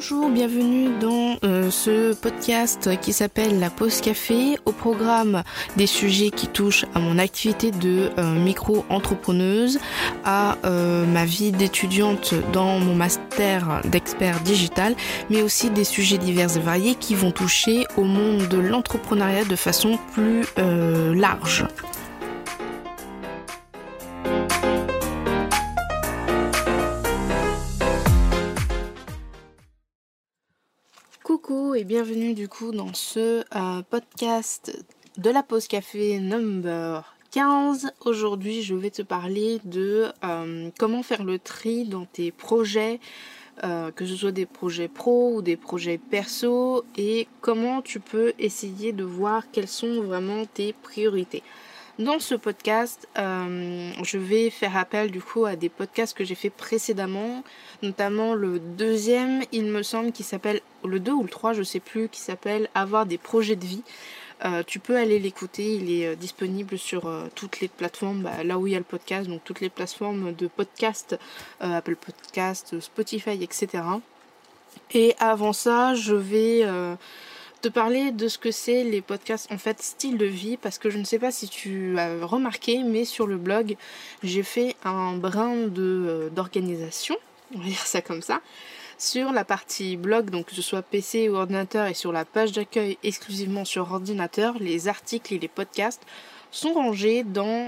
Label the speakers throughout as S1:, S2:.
S1: Bonjour, bienvenue dans ce podcast qui s'appelle La Pause Café. Au programme des sujets qui touchent à mon activité de micro-entrepreneuse, à ma vie d'étudiante dans mon master d'expert digital, mais aussi des sujets divers et variés qui vont toucher au monde de l'entrepreneuriat de façon plus large. Coucou et bienvenue du coup dans ce podcast de la pause café number 15. Aujourd'hui je vais te parler de comment faire le tri dans tes projets, que ce soit des projets pro ou des projets perso, et comment tu peux essayer de voir quelles sont vraiment tes priorités. Dans ce podcast, je vais faire appel du coup à des podcasts que j'ai fait précédemment, notamment le deuxième, il me semble, qui s'appelle, le 2 ou le 3, je sais plus, qui s'appelle Avoir des projets de vie. Tu peux aller l'écouter, il est disponible sur toutes les plateformes, là où il y a le podcast, donc toutes les plateformes de podcast, Apple Podcast, Spotify, etc. Et avant ça, je vais te parler de ce que c'est les podcasts en fait style de vie, parce que je ne sais pas si tu as remarqué, mais sur le blog j'ai fait un brin d'organisation, on va dire ça comme ça, sur la partie blog, donc que ce soit PC ou ordinateur, et sur la page d'accueil exclusivement sur ordinateur, les articles et les podcasts sont rangés dans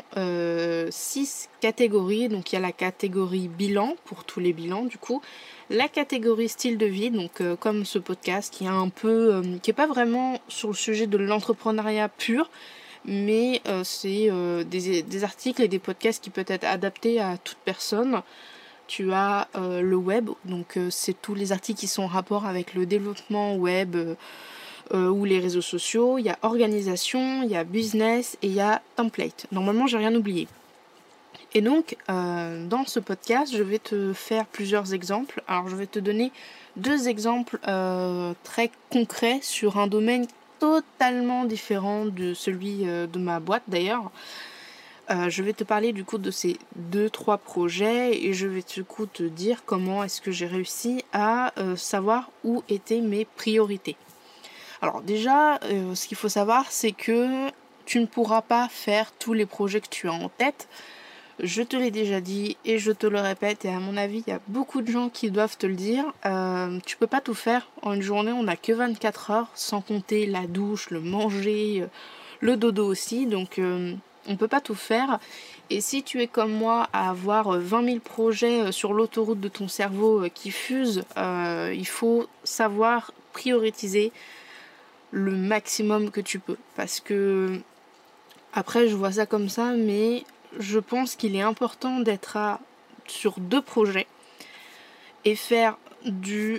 S1: 6 catégories. Donc il y a la catégorie bilan pour tous les bilans du coup, la catégorie style de vie, donc comme ce podcast qui est un peu qui est pas vraiment sur le sujet de l'entrepreneuriat pur, mais c'est des articles et des podcasts qui peuvent être adaptés à toute personne. Tu as le web, donc c'est tous les articles qui sont en rapport avec le développement web ou les réseaux sociaux. Il y a organisation, il y a business et il y a template. Normalement j'ai rien oublié. Et donc, dans ce podcast, je vais te faire plusieurs exemples. Alors, je vais te donner 2 exemples très concrets sur un domaine totalement différent de celui de ma boîte d'ailleurs. Je vais te parler du coup de ces 2-3 projets et je vais du coup te dire comment est-ce que j'ai réussi à savoir où étaient mes priorités. Alors déjà, ce qu'il faut savoir, c'est que tu ne pourras pas faire tous les projets que tu as en tête. Je te l'ai déjà dit et je te le répète, et à mon avis il y a beaucoup de gens qui doivent te le dire, tu peux pas tout faire en une journée, on n'a que 24 heures, sans compter la douche, le manger, le dodo aussi, donc on peut pas tout faire. Et si tu es comme moi à avoir 20 000 projets sur l'autoroute de ton cerveau qui fusent, il faut savoir prioriser le maximum que tu peux, parce que après je vois ça comme ça, mais je pense qu'il est important d'être sur 2 projets et faire du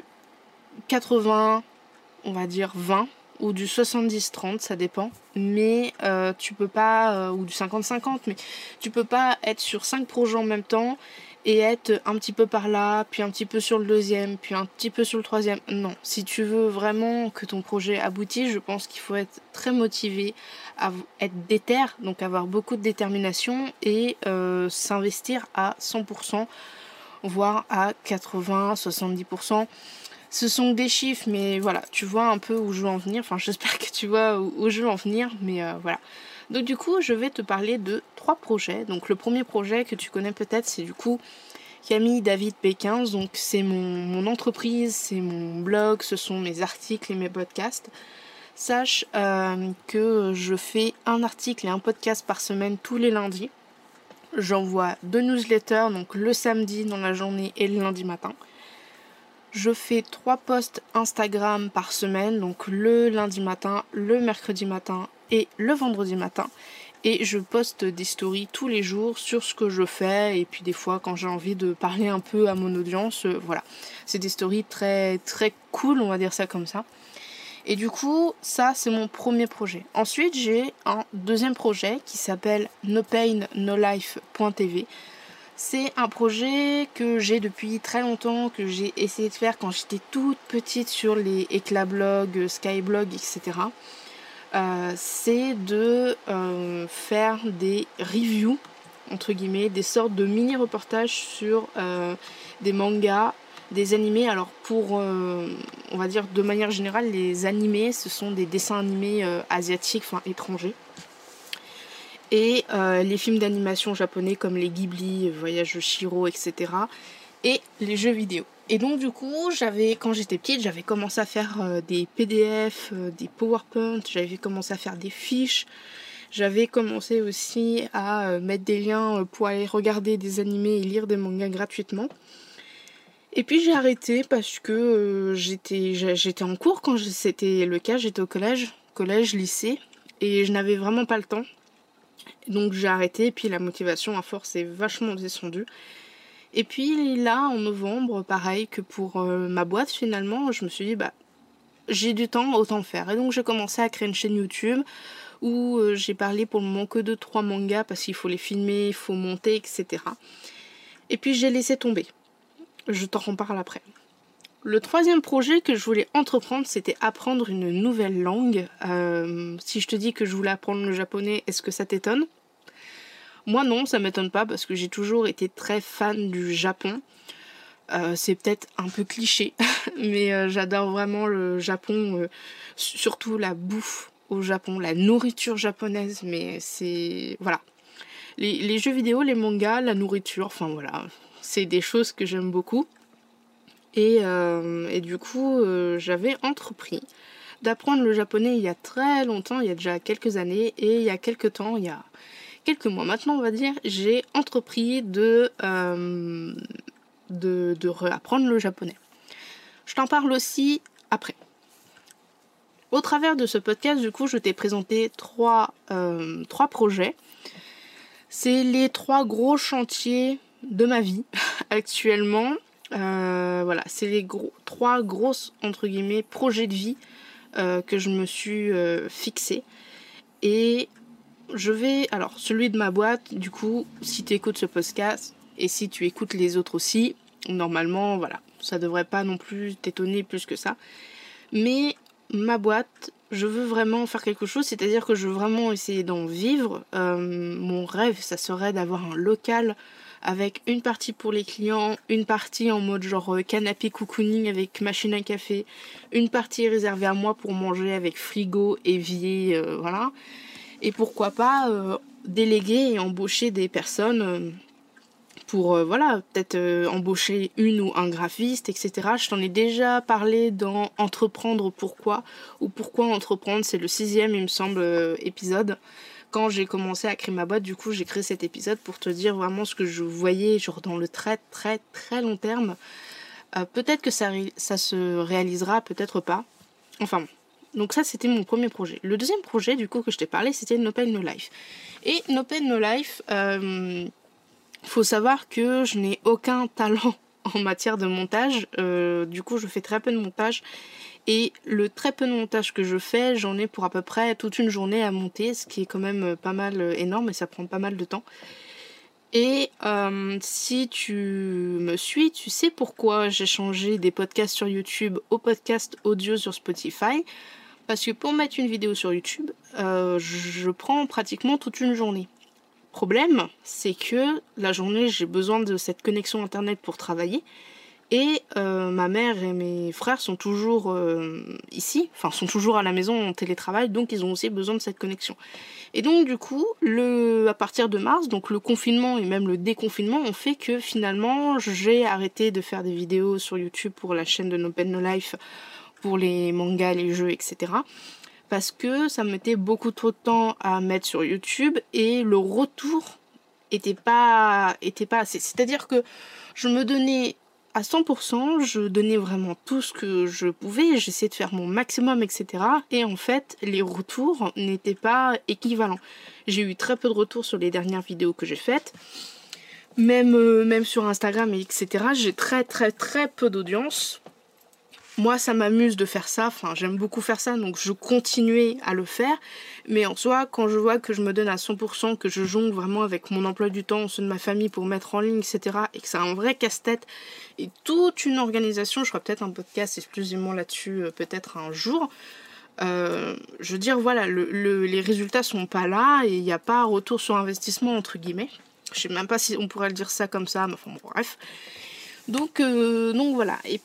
S1: 80, on va dire 20, ou du 70-30, ça dépend, mais tu peux pas, ou du 50-50, mais tu peux pas être sur 5 projets en même temps et être un petit peu par là, puis un petit peu sur le deuxième, puis un petit peu sur le troisième. Non, si tu veux vraiment que ton projet aboutisse, je pense qu'il faut être très motivé, être déter, donc avoir beaucoup de détermination et s'investir à 100%, voire à 80-70%. Ce sont des chiffres, mais voilà, tu vois un peu où je veux en venir. Enfin, j'espère que tu vois où je veux en venir, mais voilà. Donc du coup, je vais te parler de 3 projets. Donc le premier projet que tu connais peut-être, c'est du coup Camille David P15. Donc c'est mon entreprise, c'est mon blog, ce sont mes articles et mes podcasts. Sache que je fais un article et un podcast par semaine tous les lundis. J'envoie 2 newsletters, donc le samedi dans la journée et le lundi matin. Je fais 3 posts Instagram par semaine, donc le lundi matin, le mercredi matin et le vendredi matin. Et je poste des stories tous les jours sur ce que je fais, et puis des fois quand j'ai envie de parler un peu à mon audience, voilà. C'est des stories très très cool, on va dire ça comme ça. Et du coup, ça c'est mon premier projet. Ensuite, j'ai un deuxième projet qui s'appelle nopain-nolife.tv. C'est un projet que j'ai depuis très longtemps, que j'ai essayé de faire quand j'étais toute petite sur les Éclablog, Skyblog, etc. C'est de faire des reviews, entre guillemets, des sortes de mini-reportages sur des mangas des animés. Alors pour, on va dire de manière générale, les animés, ce sont des dessins animés asiatiques, enfin étrangers. Et les films d'animation japonais comme les Ghibli, Voyage de Chihiro, etc. Et les jeux vidéo. Et donc du coup, quand j'étais petite, j'avais commencé à faire des PDF, des PowerPoint, j'avais commencé à faire des fiches. J'avais commencé aussi à mettre des liens pour aller regarder des animés et lire des mangas gratuitement. Et puis j'ai arrêté parce que j'étais en cours quand c'était le cas, j'étais au collège, lycée, et je n'avais vraiment pas le temps. Donc j'ai arrêté, et puis la motivation à force est vachement descendue. Et puis là, en novembre, pareil que pour ma boîte finalement, je me suis dit, j'ai du temps, autant le faire. Et donc j'ai commencé à créer une chaîne YouTube où j'ai parlé pour le moment que de 3 mangas parce qu'il faut les filmer, il faut monter, etc. Et puis j'ai laissé tomber. Je t'en reparle après. Le troisième projet que je voulais entreprendre, c'était apprendre une nouvelle langue. Si je te dis que je voulais apprendre le japonais, est-ce que ça t'étonne ? Moi non, ça m'étonne pas parce que j'ai toujours été très fan du Japon. C'est peut-être un peu cliché, mais j'adore vraiment le Japon, surtout la bouffe au Japon, la nourriture japonaise, mais c'est... Voilà. Les jeux vidéo, les mangas, la nourriture, enfin voilà, c'est des choses que j'aime beaucoup. Et du coup, j'avais entrepris d'apprendre le japonais il y a très longtemps, il y a déjà quelques années, et il y a quelques temps, il y a quelques mois maintenant on va dire, j'ai entrepris de réapprendre le japonais. Je t'en parle aussi après. Au travers de ce podcast, du coup, je t'ai présenté trois projets. C'est les 3 gros chantiers de ma vie actuellement. Voilà, c'est les 3 grosses, entre guillemets, projets de vie que je me suis fixé. Et alors, celui de ma boîte, du coup, si tu écoutes ce podcast, et si tu écoutes les autres aussi, normalement, voilà, ça devrait pas non plus t'étonner plus que ça. Mais ma boîte, je veux vraiment faire quelque chose, c'est-à-dire que je veux vraiment essayer d'en vivre. Mon rêve, ça serait d'avoir un local avec une partie pour les clients, une partie en mode genre canapé cocooning avec machine à café, une partie réservée à moi pour manger avec frigo, évier, voilà. Et pourquoi pas déléguer et embaucher des personnes pour voilà, peut-être embaucher une ou un graphiste, etc. Je t'en ai déjà parlé dans Entreprendre pourquoi, ou Pourquoi entreprendre, c'est le 6e il me semble épisode. Quand j'ai commencé à créer ma boîte, du coup j'ai créé cet épisode pour te dire vraiment ce que je voyais genre dans le très très très long terme. Peut-être que ça se réalisera, peut-être pas. Enfin bon. Donc ça c'était mon premier projet. Le deuxième projet du coup que je t'ai parlé, c'était No Pain No Life. Et No Pain No Life, faut savoir que je n'ai aucun talent en matière de montage. Du coup je fais très peu de montage. Et le très peu de montage que je fais, j'en ai pour à peu près toute une journée à monter, ce qui est quand même pas mal énorme et ça prend pas mal de temps. Et si tu me suis, tu sais pourquoi j'ai changé des podcasts sur YouTube au podcast audio sur Spotify. Parce que pour mettre une vidéo sur YouTube, je prends pratiquement toute une journée. Problème, c'est que la journée, j'ai besoin de cette connexion internet pour travailler. Et ma mère et mes frères sont toujours ici, enfin sont toujours à la maison en télétravail, donc ils ont aussi besoin de cette connexion. Et donc du coup, à partir de mars, donc le confinement et même le déconfinement ont fait que finalement j'ai arrêté de faire des vidéos sur YouTube pour la chaîne de No Pain No Life, pour les mangas, les jeux, etc. Parce que ça me mettait beaucoup trop de temps à mettre sur YouTube et le retour était pas assez. C'est-à-dire que je me donnais à 100%, je donnais vraiment tout ce que je pouvais, j'essayais de faire mon maximum, etc. Et en fait, les retours n'étaient pas équivalents. J'ai eu très peu de retours sur les dernières vidéos que j'ai faites. Même sur Instagram, etc. J'ai très très très peu d'audience. Moi, ça m'amuse de faire ça, enfin j'aime beaucoup faire ça, donc je continuais à le faire. Mais en soi, quand je vois que je me donne à 100%, que je jongle vraiment avec mon emploi du temps, ceux de ma famille pour mettre en ligne, etc. Et que c'est un vrai casse-tête et toute une organisation, je ferai peut-être un podcast exclusivement là-dessus, peut-être un jour. Je veux dire, voilà, les résultats sont pas là et il n'y a pas retour sur investissement, entre guillemets. Je sais même pas si on pourrait le dire ça comme ça, mais enfin bon, bref. Donc voilà. Et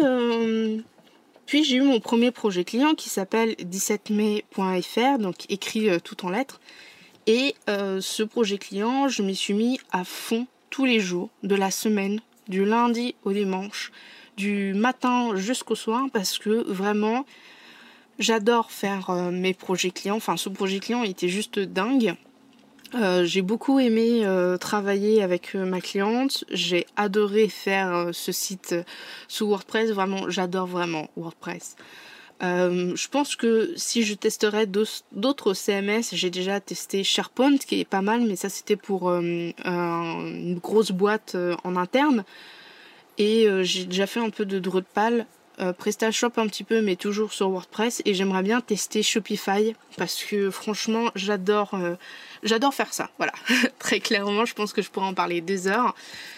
S1: puis j'ai eu mon premier projet client qui s'appelle 17mai.fr, donc écrit tout en lettres. Et ce projet client, je m'y suis mis à fond tous les jours de la semaine, du lundi au dimanche, du matin jusqu'au soir, parce que vraiment, j'adore faire mes projets clients. Enfin, ce projet client était juste dingue. J'ai beaucoup aimé travailler avec ma cliente. J'ai adoré faire ce site sous WordPress. Vraiment, j'adore vraiment WordPress. Je pense que si je testerais d'autres CMS, j'ai déjà testé SharePoint qui est pas mal, mais ça c'était pour une grosse boîte en interne. Et j'ai déjà fait un peu de Drupal, PrestaShop un petit peu, mais toujours sur WordPress. Et j'aimerais bien tester Shopify parce que franchement, j'adore faire ça. Voilà, très clairement, je pense que je pourrais en parler 2 heures.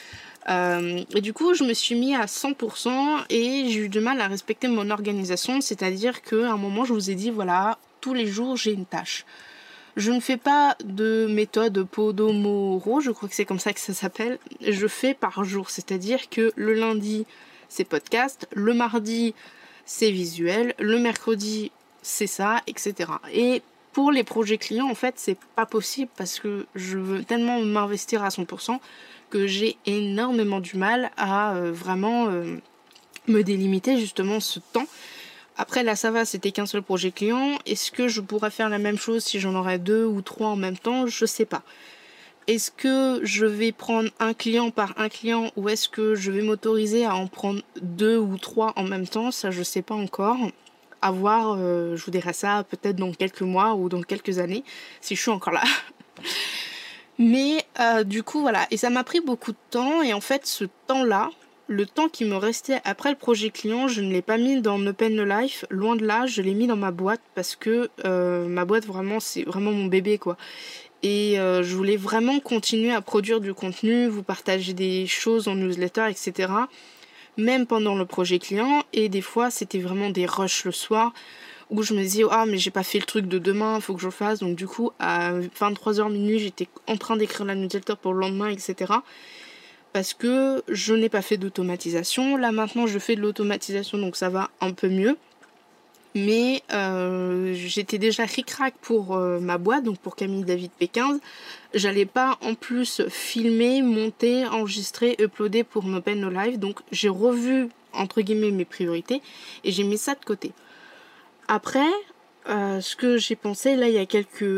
S1: Et du coup, je me suis mis à 100% et j'ai eu du mal à respecter mon organisation. C'est-à-dire qu'à un moment, je vous ai dit, voilà, tous les jours, j'ai une tâche. Je ne fais pas de méthode Podomoro, je crois que c'est comme ça que ça s'appelle. Je fais par jour, c'est-à-dire que le lundi, c'est podcast, le mardi, c'est visuel, le mercredi, c'est ça, etc. Et pour les projets clients, en fait, c'est pas possible parce que je veux tellement m'investir à 100% que j'ai énormément du mal à vraiment me délimiter justement ce temps. Après là ça va, c'était qu'un seul projet client. Est-ce que je pourrais faire la même chose si j'en aurais 2 ou 3 en même temps? Je sais pas. Est-ce que je vais prendre un client par un client ou est-ce que je vais m'autoriser à en prendre 2 ou 3 en même temps? Ça je sais pas encore. À voir, je vous dirai ça peut-être dans quelques mois ou dans quelques années, si je suis encore là. Mais du coup voilà, et ça m'a pris beaucoup de temps et en fait ce temps-là, le temps qui me restait après le projet client, je ne l'ai pas mis dans Open No Life, loin de là, je l'ai mis dans ma boîte parce que ma boîte vraiment c'est vraiment mon bébé quoi. Et je voulais vraiment continuer à produire du contenu, vous partager des choses en newsletter, etc. Même pendant le projet client et des fois c'était vraiment des rushs le soir où je me disais ah mais j'ai pas fait le truc de demain, faut que je le fasse. Donc du coup à 23h minuit j'étais en train d'écrire la newsletter pour le lendemain, etc. Parce que je n'ai pas fait d'automatisation. Là maintenant je fais de l'automatisation donc ça va un peu mieux. Mais j'étais déjà ric-rac pour ma boîte, donc pour Camille David P15. J'allais pas en plus filmer, monter, enregistrer, uploader pour Open No Live. Donc j'ai revu entre guillemets mes priorités et j'ai mis ça de côté. Après, ce que j'ai pensé là il y a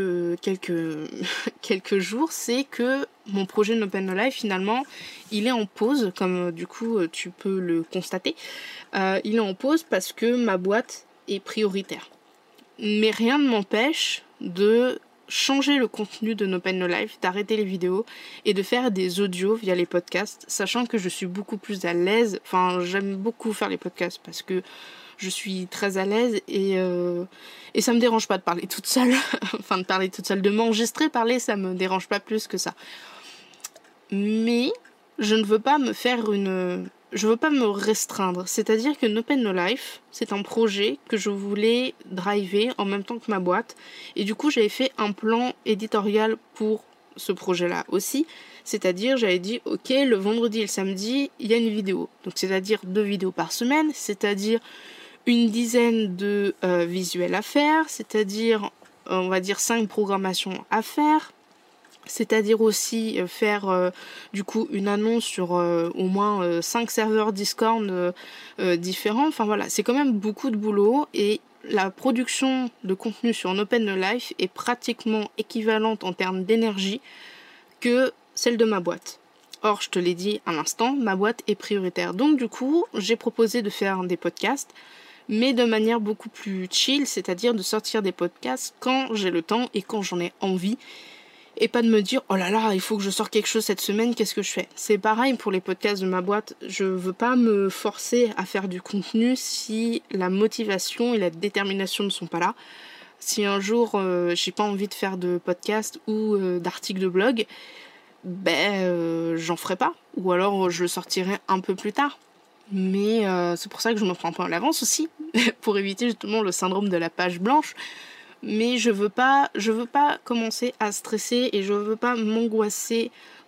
S1: quelques jours, c'est que mon projet No Open No Life finalement il est en pause, comme du coup tu peux le constater. Il est en pause parce que ma boîte est prioritaire. Mais rien ne m'empêche de changer le contenu de No Open No Life, d'arrêter les vidéos et de faire des audios via les podcasts, sachant que je suis beaucoup plus à l'aise. Enfin, j'aime beaucoup faire les podcasts parce que je suis très à l'aise et ça me dérange pas de parler toute seule. Enfin, de parler toute seule, de m'enregistrer, parler, ça me dérange pas plus que ça. Mais je ne veux pas me faire je veux pas me restreindre. C'est-à-dire que No Open No Life, c'est un projet que je voulais driver en même temps que ma boîte. Et du coup, j'avais fait un plan éditorial pour ce projet-là aussi. C'est-à-dire, j'avais dit, ok, le vendredi et le samedi, il y a une vidéo. Donc, c'est-à-dire 2 vidéos par semaine, c'est-à-dire une dizaine de visuels à faire, c'est-à-dire, on va dire, 5 programmations à faire. C'est-à-dire aussi faire du coup une annonce sur au moins 5 serveurs Discord différents. Enfin voilà, c'est quand même beaucoup de boulot et la production de contenu sur Open No Life est pratiquement équivalente en termes d'énergie que celle de ma boîte. Or, je te l'ai dit à l'instant, ma boîte est prioritaire. Donc du coup, j'ai proposé de faire des podcasts, mais de manière beaucoup plus chill, c'est-à-dire de sortir des podcasts quand j'ai le temps et quand j'en ai envie. Et pas de me dire, oh là là, il faut que je sorte quelque chose cette semaine, qu'est-ce que je fais? C'est pareil pour les podcasts de ma boîte. Je veux pas me forcer à faire du contenu si la motivation et la détermination ne sont pas là. Si un jour, j'ai pas envie de faire de podcast ou d'articles de blog, j'en ferai pas. Ou alors, je le sortirai un peu plus tard. Mais c'est pour ça que je me prends un peu à l'avance aussi, pour éviter justement le syndrome de la page blanche. Mais je veux pas commencer à stresser et je veux pas m'angoisser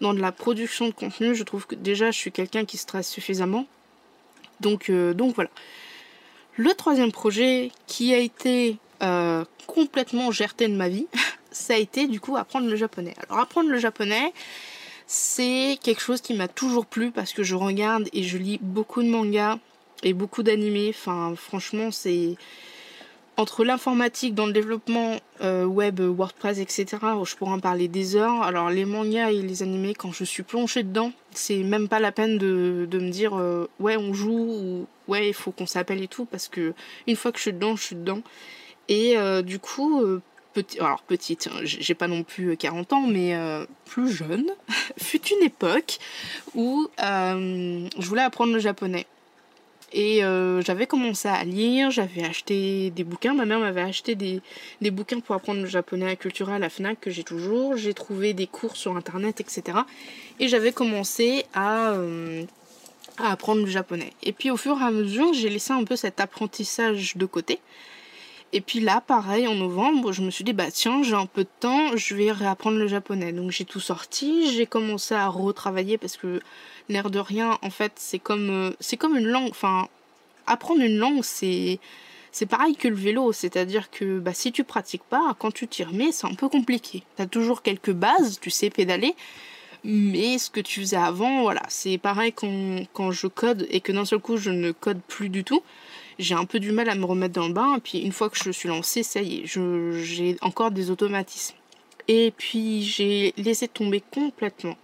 S1: dans de la production de contenu. Je trouve que déjà je suis quelqu'un qui stresse suffisamment. Donc voilà. Le troisième projet qui a été complètement gerté de ma vie, ça a été du coup apprendre le japonais. Alors apprendre le japonais, c'est quelque chose qui m'a toujours plu parce que je regarde et je lis beaucoup de mangas et beaucoup d'animés. Enfin franchement c'est... Entre l'informatique dans le développement web, WordPress, etc., où je pourrais en parler des heures. Alors les mangas et les animés, quand je suis plongée dedans, c'est même pas la peine de me dire ouais on joue ou ouais il faut qu'on s'appelle et tout, parce que une fois que je suis dedans, je suis dedans. Et du coup, petite, hein, j'ai pas non plus 40 ans, mais plus jeune, fut une époque où je voulais apprendre le japonais. Et j'avais commencé à lire, j'avais acheté des bouquins, ma mère m'avait acheté des bouquins pour apprendre le japonais à Cultura à la FNAC que j'ai toujours, j'ai trouvé des cours sur internet, etc. Et j'avais commencé à apprendre le japonais. Et puis au fur et à mesure, j'ai laissé un peu cet apprentissage de côté. Et puis là, pareil, en novembre, je me suis dit, bah tiens, j'ai un peu de temps, je vais réapprendre le japonais. Donc j'ai tout sorti, j'ai commencé à retravailler parce que l'air de rien, en fait, c'est comme une langue. Enfin, apprendre une langue, c'est pareil que le vélo. C'est-à-dire que bah, si tu pratiques pas, quand tu t'y remets, c'est un peu compliqué. T'as toujours quelques bases, tu sais pédaler, mais ce que tu faisais avant, voilà, c'est pareil quand je code et que d'un seul coup, je ne code plus du tout. J'ai un peu du mal à me remettre dans le bain, et puis une fois que je suis lancée, ça y est, j'ai encore des automatismes. Et puis j'ai laissé tomber complètement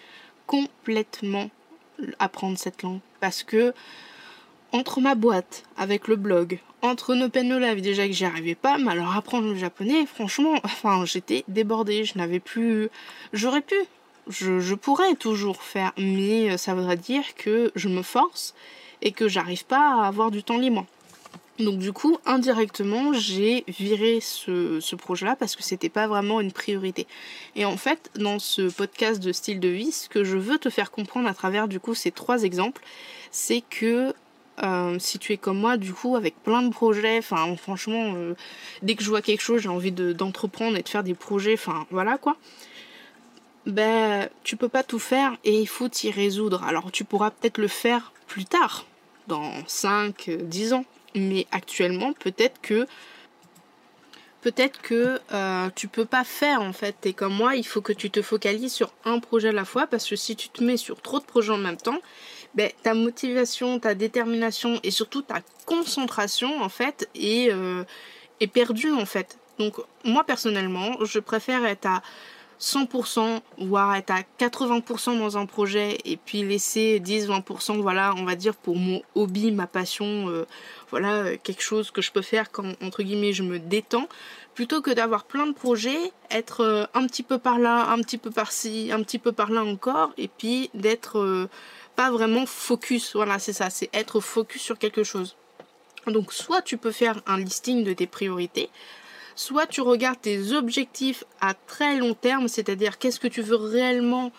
S1: apprendre cette langue, parce que entre ma boîte, avec le blog, entre No Pen No Life, déjà que j'y arrivais pas, mais alors apprendre le japonais, franchement, enfin j'étais débordée, je n'avais plus... J'aurais pu, je pourrais toujours faire, mais ça voudrait dire que je me force et que j'arrive pas à avoir du temps libre. Donc du coup, indirectement, j'ai viré ce projet-là parce que c'était pas vraiment une priorité. Et en fait, dans ce podcast de style de vie, ce que je veux te faire comprendre à travers du coup ces 3 exemples, c'est que si tu es comme moi, du coup, avec plein de projets, enfin franchement, dès que je vois quelque chose, j'ai envie d'entreprendre et de faire des projets, enfin voilà quoi. Ben, tu peux pas tout faire et il faut t'y résoudre. Alors tu pourras peut-être le faire plus tard, dans 5, 10 ans. Mais actuellement, peut-être que tu peux pas faire en fait. T'es comme moi, il faut que tu te focalises sur un projet à la fois, parce que si tu te mets sur trop de projets en même temps, ben, ta motivation, ta détermination et surtout ta concentration en fait est perdue en fait. Donc moi personnellement, je préfère être à 100%, voire être à 80% dans un projet et puis laisser 10-20%, voilà, on va dire pour mon hobby, ma passion, voilà, quelque chose que je peux faire quand, entre guillemets, je me détends, plutôt que d'avoir plein de projets, être un petit peu par là, un petit peu par-ci, un petit peu par là encore, et puis d'être pas vraiment focus, voilà, c'est ça, c'est être focus sur quelque chose. Donc soit tu peux faire un listing de tes priorités, soit tu regardes tes objectifs à très long terme, c'est-à-dire qu'est-ce que tu veux réellement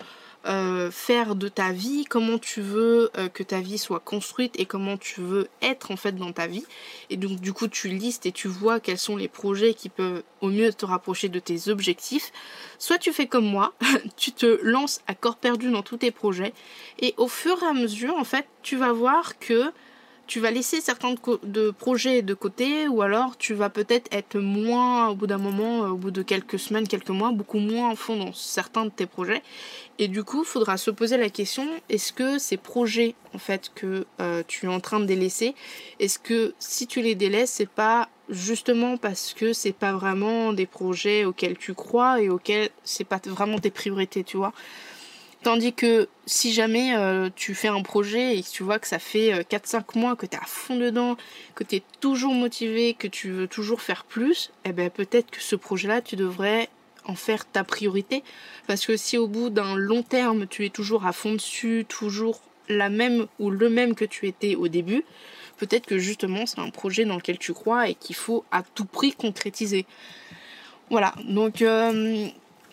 S1: faire de ta vie, comment tu veux que ta vie soit construite et comment tu veux être en fait dans ta vie. Et donc du coup tu listes et tu vois quels sont les projets qui peuvent au mieux te rapprocher de tes objectifs. Soit tu fais comme moi, tu te lances à corps perdu dans tous tes projets et au fur et à mesure en fait tu vas voir que tu vas laisser certains de projets de côté, ou alors tu vas peut-être être moins, au bout d'un moment, au bout de quelques semaines, quelques mois, beaucoup moins en fond dans certains de tes projets. Et du coup, il faudra se poser la question, est-ce que ces projets en fait que tu es en train de délaisser, est-ce que si tu les délaisses, c'est pas justement parce que c'est pas vraiment des projets auxquels tu crois et auxquels c'est pas vraiment tes priorités, tu vois? Tandis que si jamais tu fais un projet et que tu vois que ça fait 4-5 mois que tu es à fond dedans, que tu es toujours motivé, que tu veux toujours faire plus, eh ben peut-être que ce projet-là, tu devrais en faire ta priorité. Parce que si au bout d'un long terme, tu es toujours à fond dessus, toujours la même ou le même que tu étais au début, peut-être que justement c'est un projet dans lequel tu crois et qu'il faut à tout prix concrétiser. Voilà, donc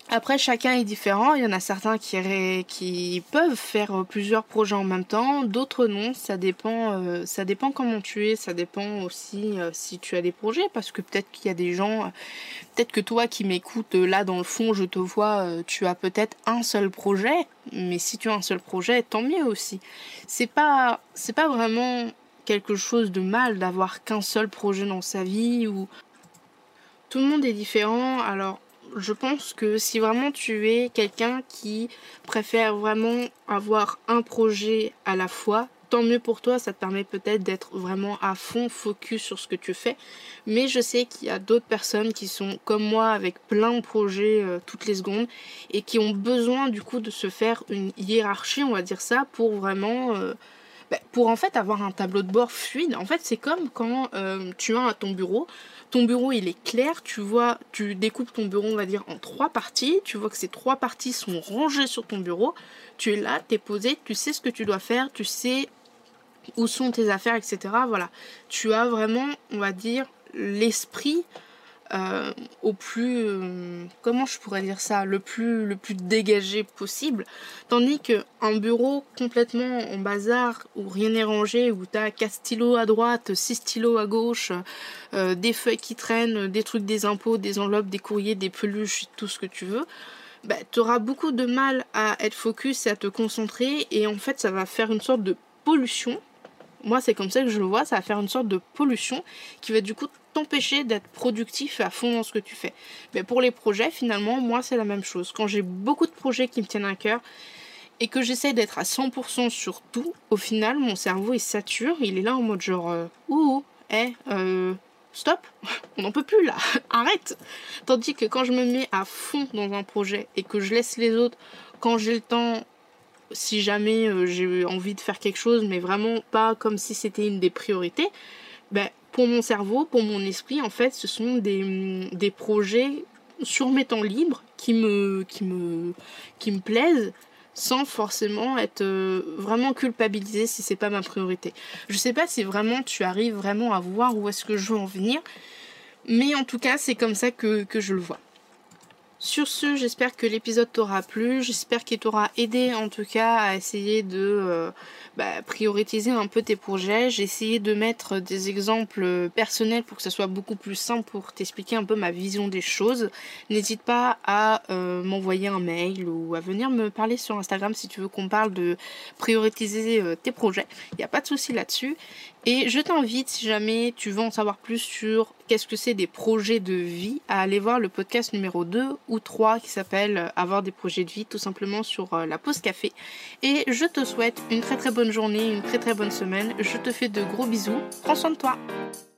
S1: Après, chacun est différent. Il y en a certains qui peuvent faire plusieurs projets en même temps, d'autres non. Ça dépend comment tu es, ça dépend aussi si tu as des projets, parce que peut-être qu'il y a des gens, peut-être que toi qui m'écoutes là dans le fond, je te vois, tu as peut-être un seul projet, mais si tu as un seul projet, tant mieux aussi. C'est pas vraiment quelque chose de mal d'avoir qu'un seul projet dans sa vie ou tout le monde est différent, alors je pense que si vraiment tu es quelqu'un qui préfère vraiment avoir un projet à la fois, tant mieux pour toi, ça te permet peut-être d'être vraiment à fond focus sur ce que tu fais. Mais je sais qu'il y a d'autres personnes qui sont comme moi avec plein de projets toutes les secondes et qui ont besoin du coup de se faire une hiérarchie, on va dire ça, pour vraiment pour en fait avoir un tableau de bord fluide. En fait, c'est comme quand tu as ton bureau. Ton bureau, il est clair, tu vois, tu découpes ton bureau, on va dire, en 3 parties. Tu vois que ces 3 parties sont rangées sur ton bureau. Tu es là, tu es posé, tu sais ce que tu dois faire, tu sais où sont tes affaires, etc. Voilà. Tu as vraiment, on va dire, l'esprit au plus comment je pourrais dire ça, le plus dégagé possible, tandis que un bureau complètement en bazar où rien n'est rangé, où t'as 4 stylos à droite, 6 stylos à gauche, des feuilles qui traînent, des trucs, des impôts, des enveloppes, des courriers, des peluches, tout ce que tu veux, t'auras beaucoup de mal à être focus et à te concentrer, et en fait ça va faire une sorte de pollution. Moi, c'est comme ça que je le vois, ça va faire une sorte de pollution qui va du coup t'empêcher d'être productif à fond dans ce que tu fais. Mais pour les projets, finalement, moi, c'est la même chose. Quand j'ai beaucoup de projets qui me tiennent à cœur et que j'essaie d'être à 100% sur tout, au final, mon cerveau, il sature, il est là en mode genre, stop, on n'en peut plus là, arrête. Tandis que quand je me mets à fond dans un projet et que je laisse les autres, quand j'ai le temps, si jamais j'ai envie de faire quelque chose, mais vraiment pas comme si c'était une des priorités, pour mon cerveau, pour mon esprit, en fait, ce sont des projets sur mes temps libres qui me plaisent, sans forcément être vraiment culpabilisée si c'est pas ma priorité. Je sais pas si vraiment tu arrives vraiment à voir où est-ce que je veux en venir, mais en tout cas, c'est comme ça que je le vois. Sur ce, j'espère que l'épisode t'aura plu, j'espère qu'il t'aura aidé en tout cas à essayer de prioriser un peu tes projets. J'ai essayé de mettre des exemples personnels pour que ça soit beaucoup plus simple pour t'expliquer un peu ma vision des choses. N'hésite pas à m'envoyer un mail ou à venir me parler sur Instagram si tu veux qu'on parle de prioriser tes projets. Il n'y a pas de souci là-dessus. Et je t'invite, si jamais tu veux en savoir plus sur qu'est-ce que c'est des projets de vie, à aller voir le podcast numéro 2 ou 3 qui s'appelle Avoir des projets de vie, tout simplement sur la pause café. Et je te souhaite une très très bonne journée, une très très bonne semaine. Je te fais de gros bisous. Prends soin de toi.